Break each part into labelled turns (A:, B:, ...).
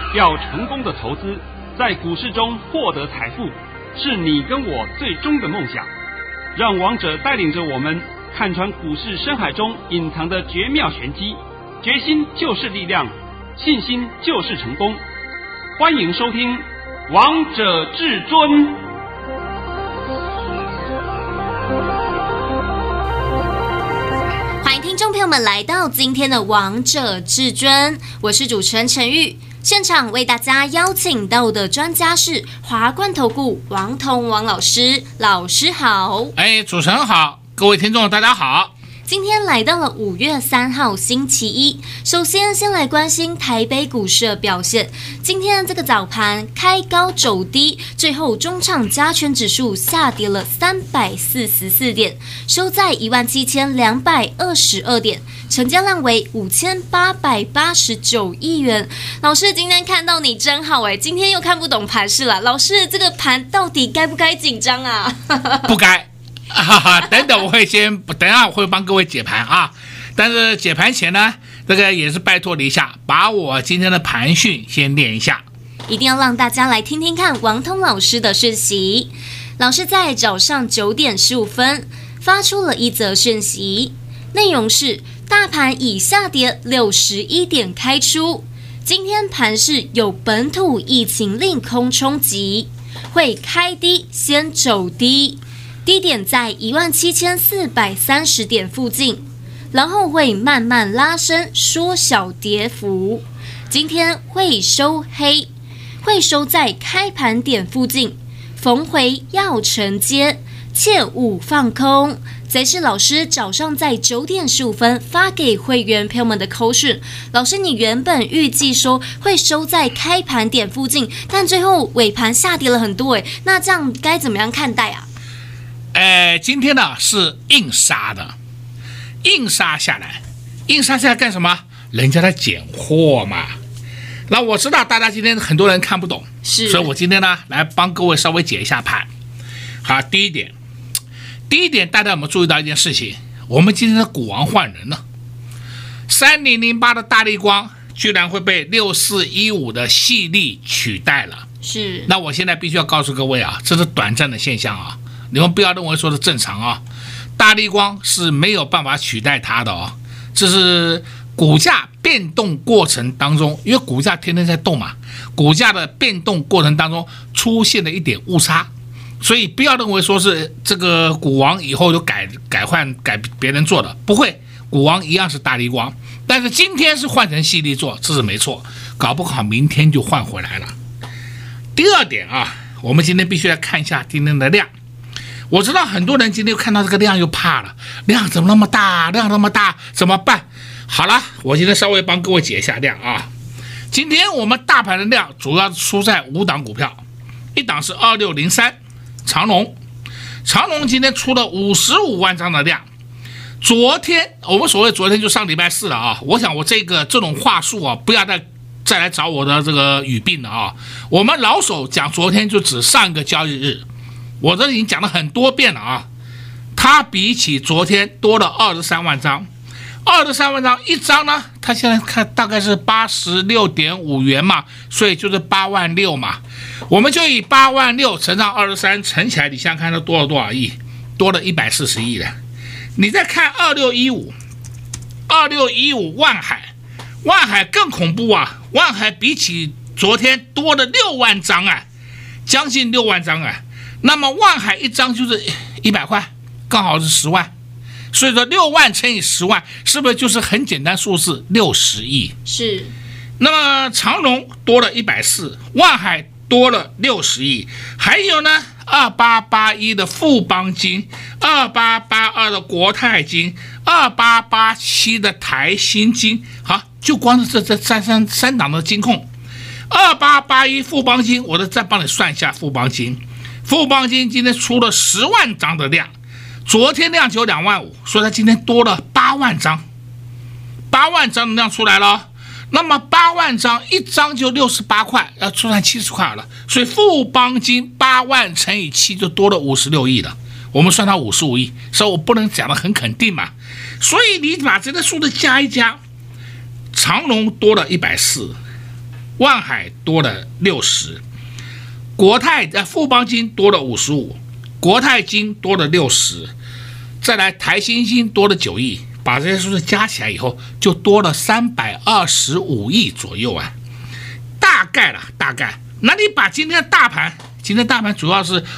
A: 要成功的投资，在股市中获得财富，是你跟我最终的梦想。让王者带领着我们看穿股市深海中隐藏的绝妙玄机，决心就是力量，信心就是成功。欢迎收听《王者至尊》。
B: 欢迎听众朋友们来到今天的《王者至尊》，我是主持人陈玉。现场为大家邀请到的专家是华冠投顾王彤王老师，老师好。
C: 主持人好，各位听众大家好。
B: 今天来到了5月3号星期一，首先先来关心台北股市的表现。今天这个早盘开高走低，最后中场加权指数下跌了344点，收在17222点，成交量为5889亿元。老师今天看到你真好今天又看不懂盘势了。老师，这个盘到底该不该紧张啊？
C: 不该。等等，等下我会帮各位解盘啊。但是解盘前呢，这个也是拜托你一下，把我今天的盘讯先念一下。
B: 一定要让大家来听听看王通老师的讯息。老师在早上9点15分发出了一则讯息，内容是大盘以下跌61点开出，今天盘势有本土疫情利空冲击，会开低先走低。低点在17430点附近，然后会慢慢拉升，缩小跌幅。今天会收黑，会收在开盘点附近，逢回要承接，切勿放空。这是老师早上在9点15分发给会员朋友们的口讯。老师，你原本预计说会收在开盘点附近，但最后尾盘下跌了很多那这样该怎么样看待啊？
C: 今天呢是硬杀的，硬杀下来干什么？人家在拣货嘛。那我知道大家今天很多人看不懂，所以我今天呢来帮各位稍微解一下盘。好，第一点，大家有没有注意到一件事情？我们今天的股王换人了，3008的大立光居然会被6415的细粒取代了。
B: 是。
C: 那我现在必须要告诉各位啊，这是短暂的现象啊。你们不要认为说是正常啊，大立光是没有办法取代它的这是股价变动过程当中，因为股价天天在动嘛，股价的变动过程当中出现了一点误差，所以不要认为说是这个股王以后就改别人做的，不会，股王一样是大立光，但是今天是换成细粒做，这是没错，搞不好明天就换回来了。第二点啊，我们今天必须来看一下今天的量。我知道很多人今天看到这个量又怕了，量怎么那么大，怎么办？好了，我今天稍微帮各位解一下量啊。今天我们大盘的量主要出在5档股票，一档是2603长荣今天出了55万张的量。昨天我们所谓昨天就上礼拜4了啊，我想我这种话术啊，不要再来找我的这个语病了啊。我们老手讲昨天就指上一个交易日。我这已经讲了很多遍了啊，它比起昨天多了23万张，23万张一张呢，它现在看大概是86.5元嘛，所以就是8万6嘛，我们就以8万6乘上23乘起来，你想想看它多了多少亿？多了140亿了。你再看2615万海更恐怖啊，万海比起昨天多了6万张将近6万张那么万海一张就是100块，刚好是10万，所以说6万乘以10万，是不是就是很简单数字60亿？
B: 是。
C: 那么长荣多了140，万海多了60亿，还有呢2881的富邦金，2882的国泰金，2887的台新金，好，就光是这三档的金控，2881富邦金，我再帮你算一下富邦金今天出了10万张的量，昨天量只有2万5，所以它今天多了8万张的量出来了。那么8万张一张就68块，要算70块了，所以富邦金8万乘以7就多了56亿了。我们算它55亿，所以我不能讲得很肯定嘛。所以你把这个数字加一加，长荣多了140， 万海多了60，富邦金多了55，国泰金多了60，再来台新金多了9亿，把这些数字加起来以后，就多了325亿左右啊，大概。那你把今天大盘主要是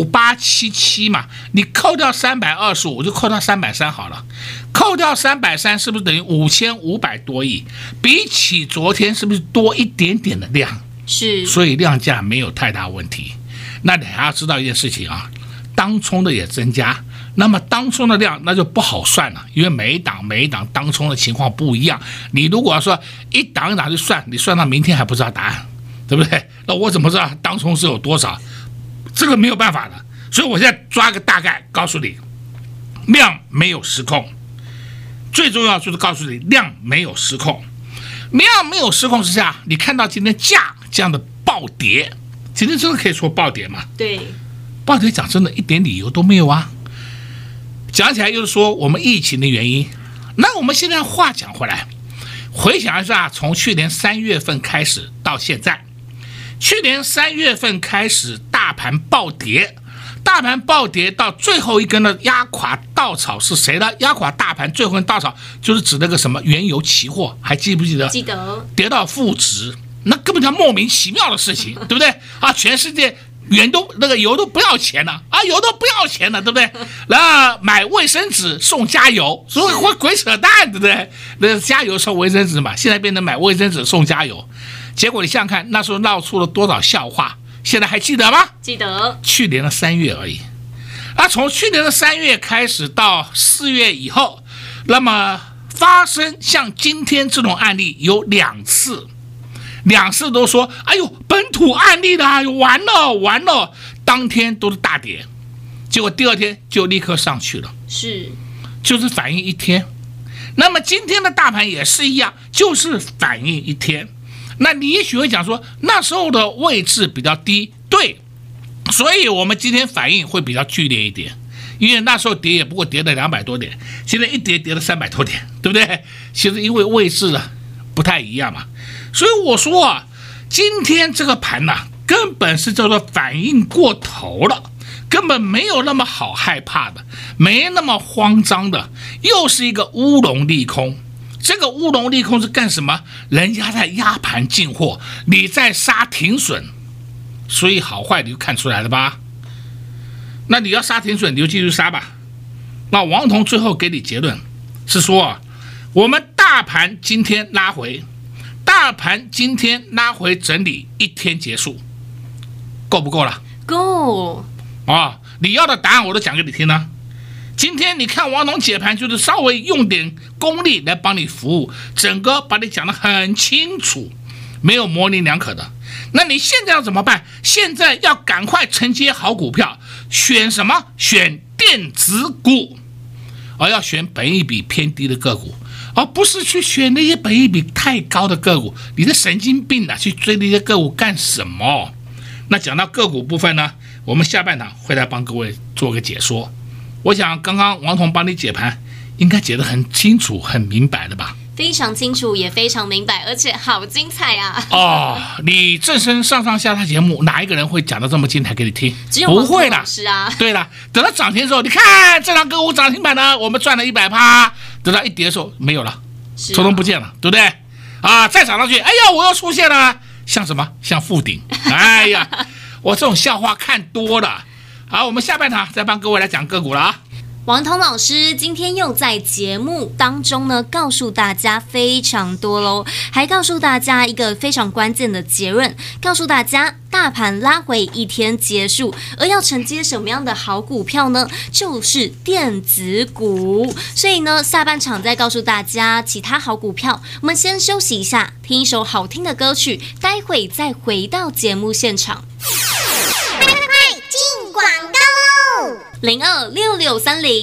C: 5877嘛，你扣掉325，就扣掉330好了，扣掉330是不是等于5500多亿？比起昨天是不是多一点点的量？
B: 是，
C: 所以量价没有太大问题。那你还要知道一件事情啊，当冲的也增加，那么当冲的量那就不好算了，因为每一档当冲的情况不一样。你如果说一档一档去算，你算到明天还不知道答案，对不对？那我怎么知道当冲是有多少？这个没有办法的。所以我现在抓个大概告诉你，量没有失控，最重要就是告诉你量没有失控。量没有失控之下，你看到今天价这样的暴跌，今天真的可以说暴跌吗？
B: 对，
C: 暴跌讲真的一点理由都没有啊。讲起来就是说我们疫情的原因。那我们现在话讲回来，回想一下，从去年3月份开始到现在，去年3月份开始大盘暴跌到最后一根的压垮稻草是谁呢？压垮大盘最后一根稻草就是指那个什么原油期货，还记不记得？
B: 记得。
C: 跌到负值，那根本叫莫名其妙的事情，对不对啊？全世界那个油都不要钱了啊，油都不要钱了，对不对？那买卫生纸送加油，所以鬼扯淡，对不对？那加油送卫生纸嘛，现在变成买卫生纸送加油，结果你想想看，那时候闹出了多少笑话，现在还记得吗？
B: 记得。
C: 去年的3月而已。那从去年的3月开始到4月以后，那么发生像今天这种案例有2次。2次都说，哎呦，本土案例的，完了，当天都是大跌，结果第二天就立刻上去了，
B: 是，
C: 就是反应一天。那么今天的大盘也是一样，就是反应一天。那你也许会讲说，那时候的位置比较低，对，所以我们今天反应会比较剧烈一点，因为那时候跌也不过跌了200多点，现在一跌了300多点，对不对？其实因为位置不太一样嘛。所以我说啊，今天这个盘根本是叫做反应过头了，根本没有那么好害怕的，没那么慌张的，又是一个乌龙利空。这个乌龙利空是干什么？人家在压盘进货，你在杀停损，所以好坏你就看出来了吧？那你要杀停损，你就继续杀吧。那王彤最后给你结论是说，我们大盘今天拉回整理1天结束，够不够了？
B: 够
C: 啊！你要的答案我都讲给你听了。今天你看王彤解盘，就是稍微用点功力来帮你服务，整个把你讲得很清楚，没有模棱两可的。那你现在要怎么办？现在要赶快承接好股票，选什么？选电子股，要选本益比偏低的个股，而不是去选那些本益比太高的个股。你的神经病去追那些个股干什么？那讲到个股部分呢，我们下半场会来帮各位做个解说。我想刚刚王彤帮你解盘，应该解得很清楚、很明白的吧？
B: 非常清楚，也非常明白，而且好精彩啊！
C: 你正身上下节目，哪一个人会讲得这么精彩给你听？
B: 只有王彤老师啊！
C: 对了，等到涨停的时候，你看这档个股涨停板呢，我们赚了100%，等到一跌的时候没有了，通通不见了，对不对？再涨上去，哎呀，我又出现了，像什么？像负顶！哎呀，我这种笑话看多了。好，我们下半场再帮各位来讲个股了啊。
B: 王彤老师今天又在节目当中呢，告诉大家非常多咯，还告诉大家一个非常关键的结论，告诉大家大盘拉回1天结束，而要承接什么样的好股票呢？就是电子股。所以呢，下半场再告诉大家其他好股票。我们先休息一下，听一首好听的歌曲，待会再回到节目现场。
D: 广告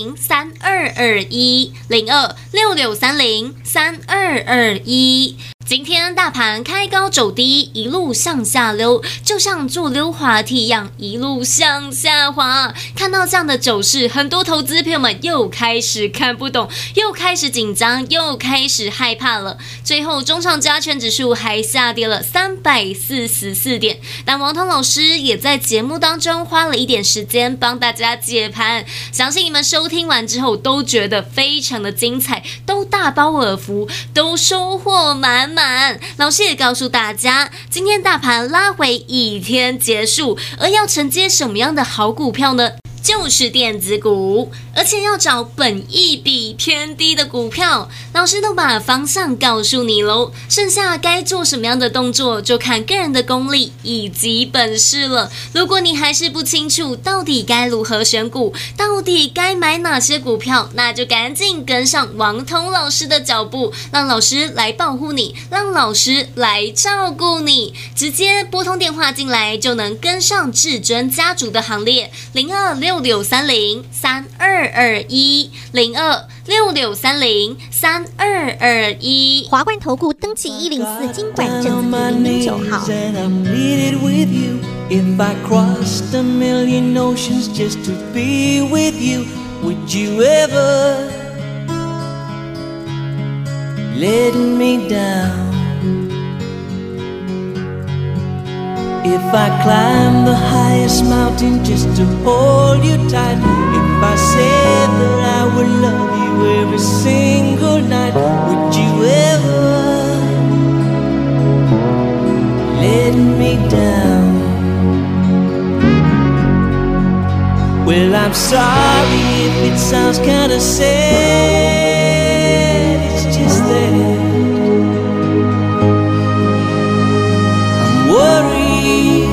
B: 0266303221，0266303221。 今天大盘开高走低，一路向下溜，就像坐溜滑梯一样，一路向下滑。看到这样的走势，很多投资朋友们又开始看不懂，又开始紧张，又开始害怕了。最后，中场加权指数还下跌了344点。但王彤老师也在节目当中花了一点时间帮大家解盘，相信你们收听完之后都觉得非常的精彩，都大饱耳福，都收获满满。老师也告诉大家，今天大盘拉回一天结束，而要承接什么样的好股票呢？就是电子股，而且要找本益比偏低的股票。老师都把方向告诉你喽，剩下该做什么样的动作，就看个人的功力以及本事了。如果你还是不清楚到底该如何选股，到底该买哪些股票，那就赶紧跟上王彤老师的脚步，让老师来保护你，让老师来照顾你。直接拨通电话进来，就能跟上至尊家族的行列。02-6630-3221，02-6630-3221。
D: 华冠投顾登记104金管证字第09号。
E: If I crossed a million oceans just to be with you, would you ever let me down? If I climb the highest mountain just to hold you tight, if I said that I would love you every single night, would you ever let me down? Well, I'm sorry if it sounds kinda sad, it's just that I'm worried,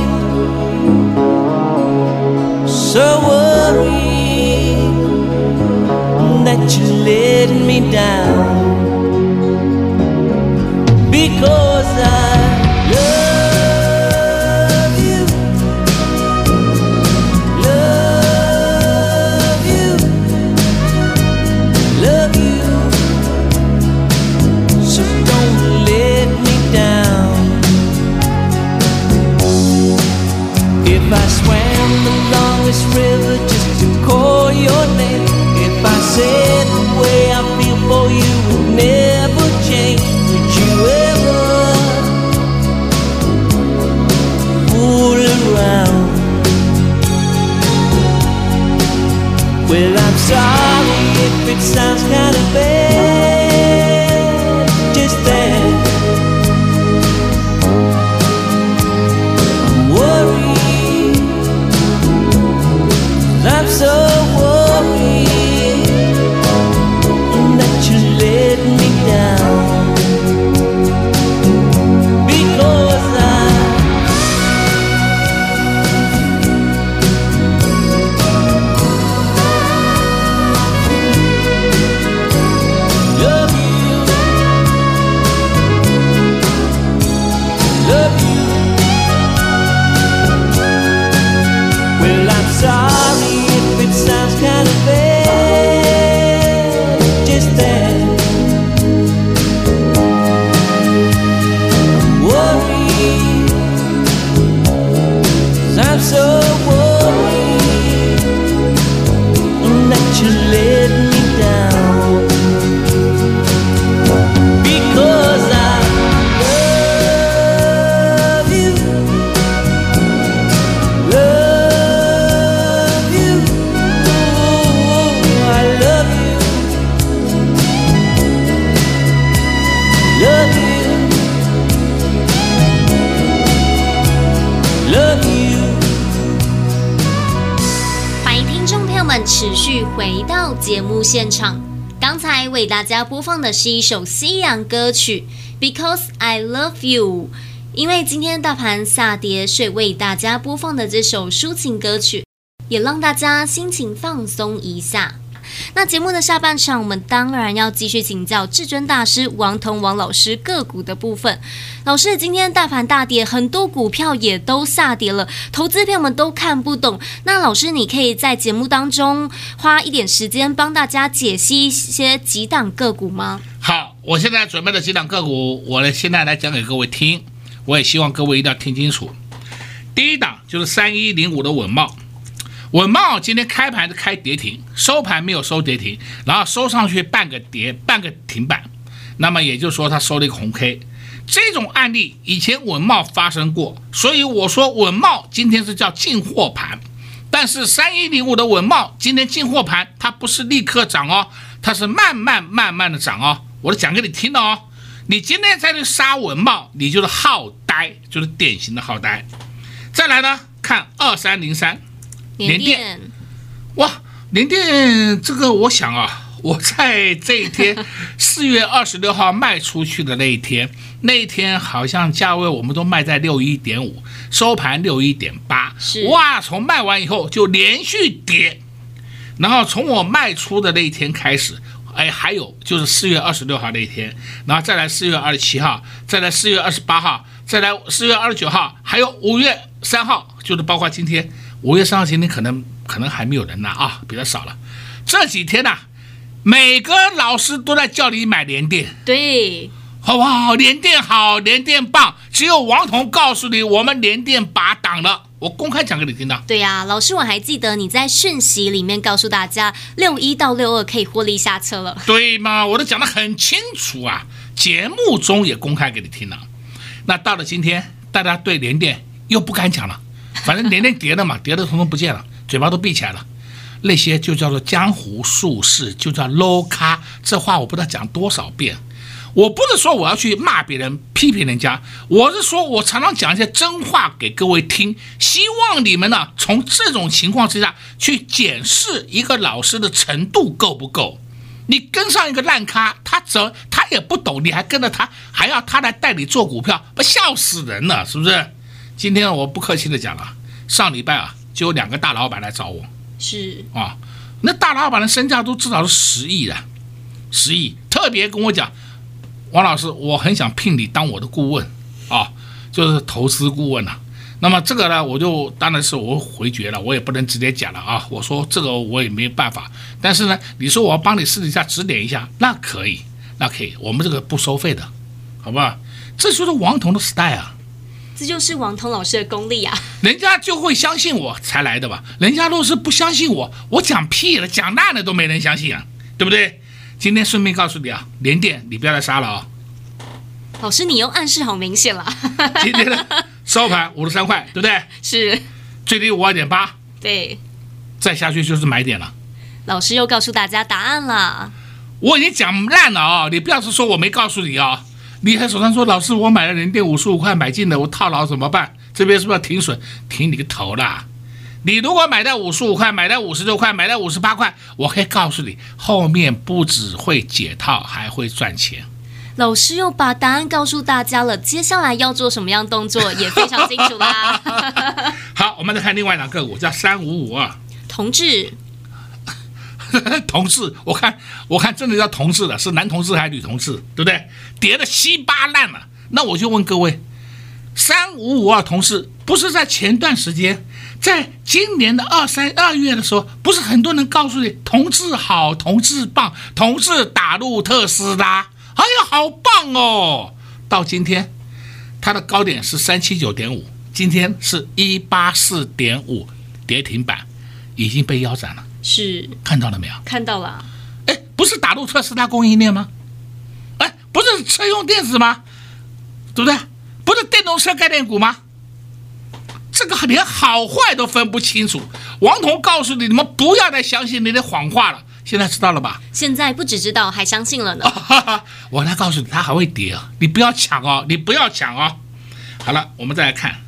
E: so worried that you're letting me down, because I love you, love you, love you, so don't let me down. If I swam the longest river just to call your name, if I said the way I feel for you would never change, would you ever fool around? Well, I'm sorry if it sounds kind of bad, just that I'm worried, I'm so worried that you let me down, because I love you, love you. Well, I'm sorry if it sounds kind of bad, just that I'm worried, 'cause I'm so worried that you let me down, because I love you, love you, ooh, I love you, love you, love you.
B: 欢迎听众朋友们持续回到节目现场。刚才为大家播放的是一首西洋歌曲《Because I Love You》，因为今天大盘下跌，所以为大家播放的这首抒情歌曲，也让大家心情放松一下。那节目的下半场，我们当然要继续请教至尊大师王彤王老师个股的部分。老师，今天大盘大跌，很多股票也都下跌了，投资朋友们都看不懂。那老师，你可以在节目当中花一点时间帮大家解析一些几档个股吗？
C: 好， 我现在准备了几档个股，我现在来讲给各位听，我也希望各位一定要听清楚。第一档就是3105的稳懋，稳懋今天开盘是开跌停，收盘没有收跌停，然后收上去半个跌，半个停板，那么也就是说它收了一个红 K。这种案例以前稳懋发生过，所以我说稳懋今天是叫进货盘。但是3105的稳懋今天进货盘，它不是立刻涨哦，它是慢慢的涨哦。我讲给你听的哦。你今天再去杀稳懋，你就是耗呆，就是典型的耗呆。再来呢，看2303联电，哇，联电这个我想啊，我在这一天4月26号卖出去的那一天好像价位我们都卖在61.5，收盘61.8，哇，从卖完以后就连续跌，然后从我卖出的那一天开始，还有就是4月26号那一天，然后再来4月27号，再来4月28号，再来4月29号，还有5月3号，就是包括今天5月3号，今天可能还没有人拿啊，比较少了。这几天呢，每个老师都在叫你买联电，
B: 对，
C: 好不好？联电好，联电棒，只有王彤告诉你，我们联电拔档了。我公开讲给你听的。
B: 对呀，老师，我还记得你在讯息里面告诉大家，61到62可以获利下车了。
C: 对吗？我都讲得很清楚啊，节目中也公开给你听了。那到了今天，大家对联电又不敢讲了，反正联电跌了嘛，跌的统统不见了，嘴巴都闭起来了。那些就叫做江湖术士，就叫 low 咖，这话我不知道讲多少遍。我不是说我要去骂别人批评人家，我是说我常常讲一些真话给各位听，希望你们呢从这种情况之下去检视一个老师的程度够不够。你跟上一个烂咖，他也不懂，你还跟着他，还要他来带你做股票，不笑死人了，是不是？今天我不客气的讲了，上礼拜啊就有2个大老板来找我，
B: 是
C: 啊，那大老板的身价都至少是10亿了，10亿，特别跟我讲，王老师，我很想聘你当我的顾问啊，就是投资顾问啊。那么这个呢，我就当然是我回绝了，我也不能直接讲了啊。我说这个我也没办法，但是呢，你说我要帮你私底下指点一下，那可以，我们这个不收费的，好不好？这就是王彤的 style 啊。
B: 这就是王彤老师的功力啊，
C: 人家就会相信我才来的吧？人家若是不相信我，我讲屁了，讲烂了都没人相信啊，对不对？今天顺便告诉你啊，联电你不要再杀了啊、
B: 老师，你又暗示好明显了。
C: 今天的收盘53块，对不对？
B: 是，
C: 最低52.8，
B: 对，
C: 再下去就是买点了。
B: 老师又告诉大家答案了。
C: 我已经讲烂了啊、你不要是说我没告诉你啊、你还手上说老师我买了联电55块买进的，我套牢怎么办？这边是不是要停损？停你个头啦！你如果买在55块，买在56块，买在58块，我可以告诉你，后面不只会解套，还会赚钱。
B: 老师又把答案告诉大家了，接下来要做什么样动作也非常清楚啦。
C: 好，我们再看另外一档个股，叫3552
B: 同志。
C: 同志，我看真的叫同志了，是男同志还是女同志，对不对？跌得稀巴烂了。那我就问各位，3552同志不是在前段时间，在今年的2月的时候，不是很多人告诉你同志好，同志棒，同志打入特斯拉，哎呀，好棒哦！到今天，它的高点是379.5，今天是184.5，跌停板已经被腰斩了。
B: 是，
C: 看到了没有？
B: 看到了。
C: 哎，不是打入特斯拉供应链吗？哎，不是车用电子吗？对不对？不是电动车概念股吗？这个连好坏都分不清楚。王彤告诉你，你们不要再相信你的谎话了。现在知道了吧？
B: 现在不只知道，还相信了呢。
C: 我来告诉你，它还会跌啊！你不要抢哦，你不要抢哦。好了，我们再来看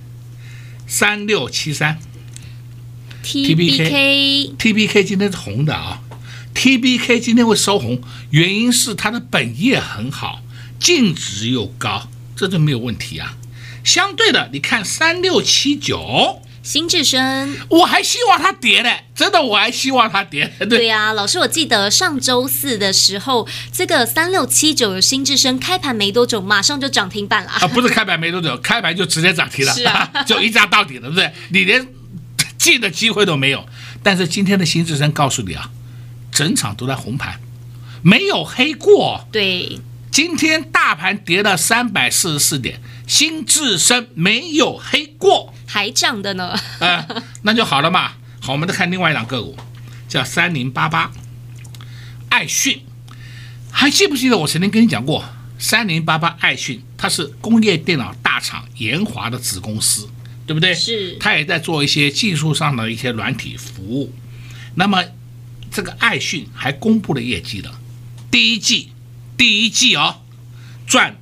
C: 3673。TBK 今天是红的啊 ，TBK 今天会收红，原因是它的本业很好，净值又高，这就没有问题啊。相对的，你看3679
B: 新智深，
C: 我还希望它跌呢，真的我还希望它跌。
B: 对呀、老师，我记得上周四的时候，这个3679的新智深开盘没多久，马上就涨停板了
C: 啊！不是开盘没多久，开盘就直接涨停了，
B: 是啊，
C: 就一涨到底了，对不对？你连进的机会都没有。但是今天的新智深告诉你啊，整场都在红盘，没有黑过。
B: 对，
C: 今天大盘跌了344点，新智深没有黑过，
B: 还涨的呢。
C: 那就好了嘛。好，我们再看另外一档个股，叫3088爱讯。还记不记得我曾经跟你讲过，3088爱讯它是工业电脑大厂研华的子公司，对不对？
B: 是。
C: 它也在做一些技术上的一些软体服务。那么这个爱讯还公布了业绩了，第一季赚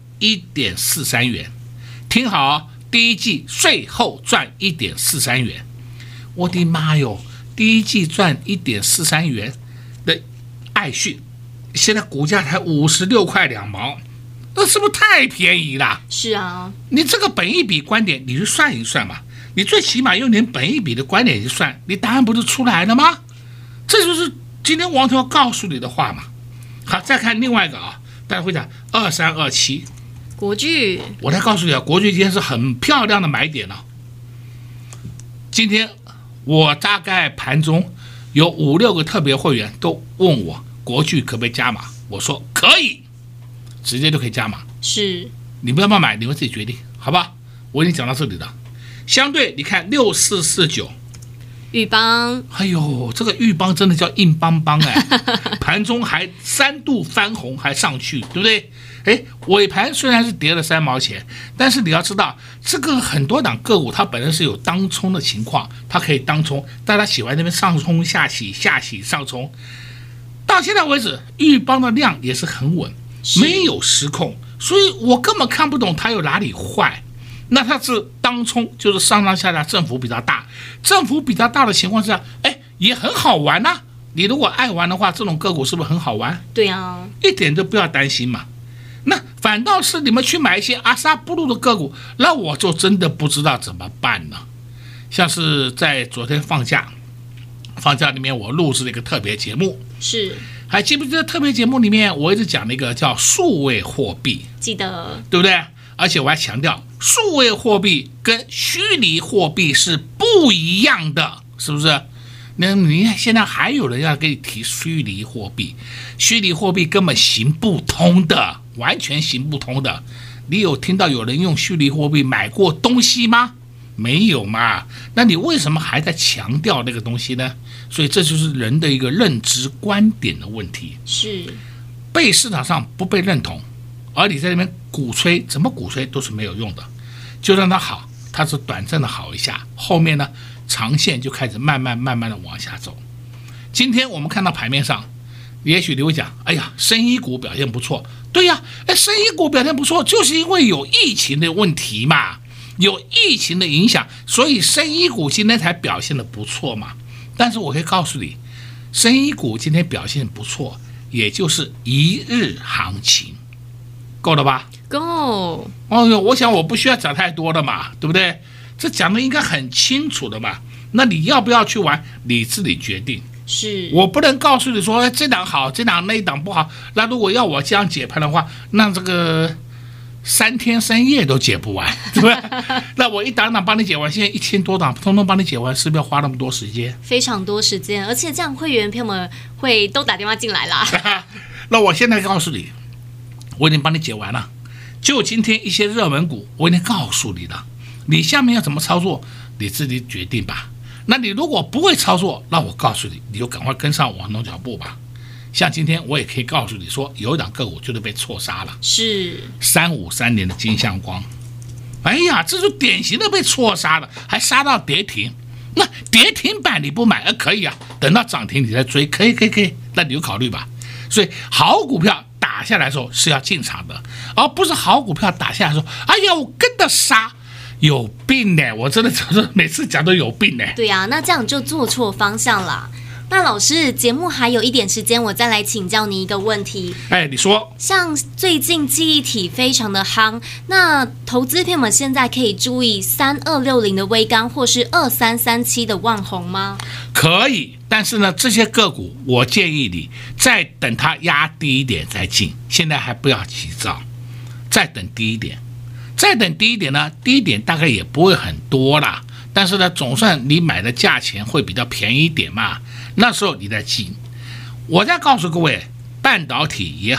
C: 1.43元，听好哦，第一季税后赚1.43元。我的妈哟，第一季赚1.43元的爱讯，现在股价才56块2毛，那是不是太便宜了？
B: 是啊，
C: 你这个本益比观点，你去算一算嘛，你最起码用点本益比的观点去算，你答案不是出来了吗？这就是今天王彤要告诉你的话嘛。好，再看另外一个啊，大家会讲2327
B: 国巨，
C: 我来告诉你啊，国巨今天是很漂亮的买点了。今天我大概盘中有5-6个特别会员都问我国巨可不可以加码，我说可以，直接就可以加码。
B: 是，
C: 你们要不要买，你们自己决定，好吧？我已经讲到这里了。相对你看6449
B: 裕邦，
C: 哎呦，这个裕邦真的叫硬邦邦哎，盘中还3度翻红还上去，对不对？哎，尾盘虽然是跌了3毛钱，但是你要知道，这个很多档个股它本身是有当冲的情况，它可以当冲，大家喜欢那边上冲下洗，下洗上冲。到现在为止，裕邦的量也是很稳，没有失控，所以我根本看不懂它有哪里坏。那它是当冲，就是上上下下振幅比较大，振幅比较大的情况下，哎，也很好玩啊。你如果爱玩的话，这种个股是不是很好玩？
B: 对啊，
C: 一点都不要担心嘛。那反倒是你们去买一些阿萨布鲁的个股，那我就真的不知道怎么办了。像是在昨天放假里面，我录制了一个特别节目，
B: 是，
C: 还记不记得特别节目里面我一直讲那个叫数位货币，
B: 记得，
C: 对不对？而且我还强调，数位货币跟虚拟货币是不一样的，是不是？那你看现在还有人要给你提虚拟货币，虚拟货币根本行不通的，完全行不通的。你有听到有人用虚拟货币买过东西吗？没有嘛？那你为什么还在强调那个东西呢？所以这就是人的一个认知观点的问题，
B: 是
C: 被市场上不被认同，而你在那边鼓吹，怎么鼓吹都是没有用的，就让它好，它是短暂的好一下，后面呢长线就开始慢慢的往下走。今天我们看到盘面上，也许你会讲，哎呀，生医股表现不错。对呀，生医股表现不错，就是因为有疫情的问题嘛，有疫情的影响，所以生医股今天才表现的不错嘛。但是我可以告诉你，生医股今天表现不错，也就是一日行情，够了吧？
B: 够。
C: 哦哟，我想我不需要讲太多了嘛，对不对？这讲的应该很清楚的嘛。那你要不要去玩，你自己决定。
B: 是
C: 我不能告诉你说这档好，这档那一档不好。那如果要我这样解盘的话，那这个3天3夜都解不完，对不对？那我一档档帮你解完，现在1000多档，通通帮你解完，是不是要花那么多时间？
B: 非常多时间，而且这样会员朋友们会都打电话进来啦。
C: 那我现在告诉你，我已经帮你解完了。就今天一些热门股，我已经告诉你了，你下面要怎么操作，你自己决定吧。那你如果不会操作，那我告诉你，你就赶快跟上王东脚步吧。像今天我也可以告诉你说，有一档个股就是被错杀了，
B: 是
C: 3530的金相光。哎呀，这就典型的被错杀了，还杀到跌停。那跌停板你不买，可以啊，等到涨停你再追，可以，那你就考虑吧。所以好股票打下来的时候是要进场的，而不是好股票打下来的时候，哎呀，我跟着杀。有病呢，我真的每次讲都有病呢。
B: 对啊，那这样就做错方向啦。那老师，节目还有一点时间，我再来请教你一个问题。
C: 哎，你说，
B: 像最近记忆体非常的夯，那投资朋友们现在可以注意3260的微刚或是2337的旺宏吗？
C: 可以，但是呢，这些个股我建议你再等它压低一点再进，现在还不要急躁，再等低一点。再等低一点呢，低一点大概也不会很多啦，但是呢，总算你买的价钱会比较便宜一点嘛，那时候你再进。我再告诉各位，半导体也好，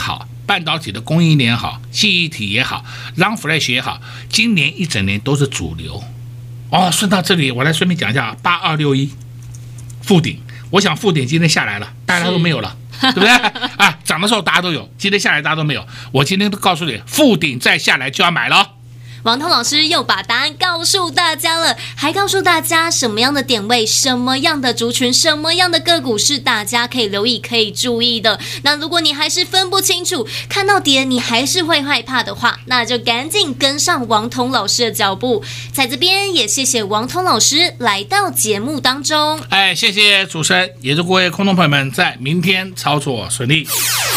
C: 半导体的供应链也好，记忆体也好，Run Flash 也好，今年一整年都是主流。顺到这里，我来顺便讲一下8261富鼎。我想富鼎今天下来了，大家都没有了，对不对？涨的时候大家都有，今天下来大家都没有。我今天都告诉你，富鼎再下来就要买了。
B: 王彤老师又把答案告诉大家了，还告诉大家什么样的点位、什么样的族群、什么样的个股是大家可以留意、可以注意的。那如果你还是分不清楚，看到跌你还是会害怕的话，那就赶紧跟上王彤老师的脚步。在这边也谢谢王彤老师来到节目当中。
C: 谢谢主持人，也祝各位空中朋友们在明天操作顺利。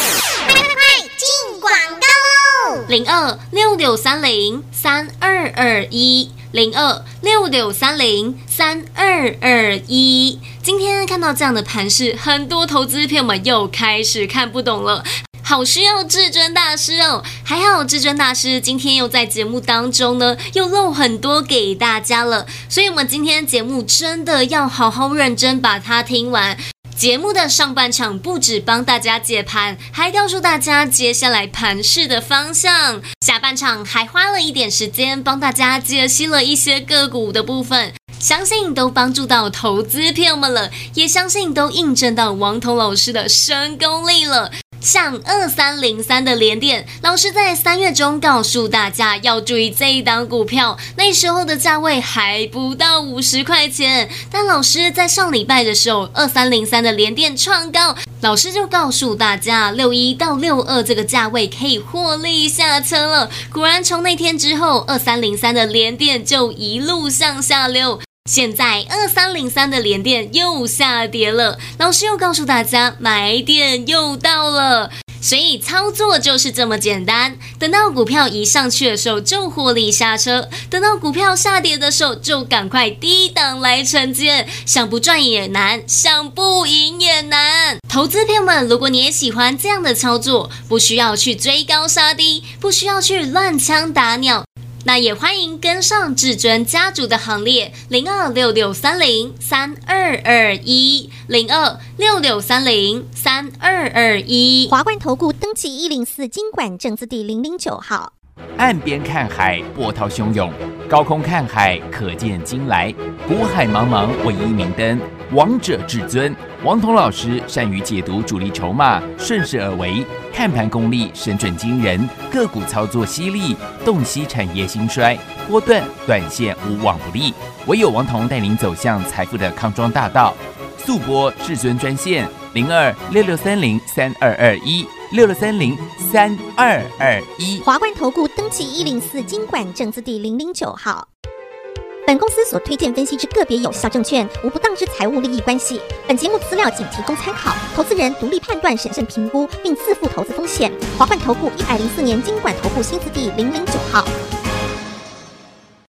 B: 02-6630-3221，02-6630-3221。今天看到这样的盘势，很多投资朋友们又开始看不懂了。好需要至尊大师哦，还好至尊大师今天又在节目当中呢，又漏很多给大家了，所以我们今天节目真的要好好认真把它听完。节目的上半场不只帮大家解盘，还告诉大家接下来盘势的方向。下半场还花了一点时间帮大家解析了一些个股的部分，相信都帮助到投资朋友们了，也相信都印证到王彤老师的神功力了。像2303的联电，老师在3月中告诉大家要注意这一档股票，那时候的价位还不到50块钱，但老师在上礼拜的时候，2303的联电创高，老师就告诉大家61到62这个价位可以获利下车了。果然从那天之后，2303的联电就一路向下溜。现在2303的联电又下跌了，老师又告诉大家买点又到了，所以操作就是这么简单。等到股票一上去的时候就获利下车，等到股票下跌的时候就赶快低档来承接，想不赚也难，想不赢也难。投资朋友们，如果你也喜欢这样的操作，不需要去追高杀低，不需要去乱枪打鸟，那也欢迎跟上至尊家族的行列，02-6630-3221，02-6630-3221。
D: 华冠投顾登记104金管证字第009号。
F: 岸边看海，波涛汹涌；高空看海，可见金来。股海茫茫，唯一明灯。王者至尊，王彤老师善于解读主力筹码，顺势而为，看盘功力神准惊人，个股操作犀利，洞悉产业兴衰，波段短线无往不利。唯有王彤带领走向财富的康庄大道。速播至尊专线02-6630-3221，6630-3221。
D: 华冠投顾登记104金管证字第009号。本公司所推荐分析之个别有效证券，无不当之财务利益关系。本节目资料仅提供参考，投资人独立判断、审慎评估，并自负投资风险。华冠投顾104年金管投顾新字第009号。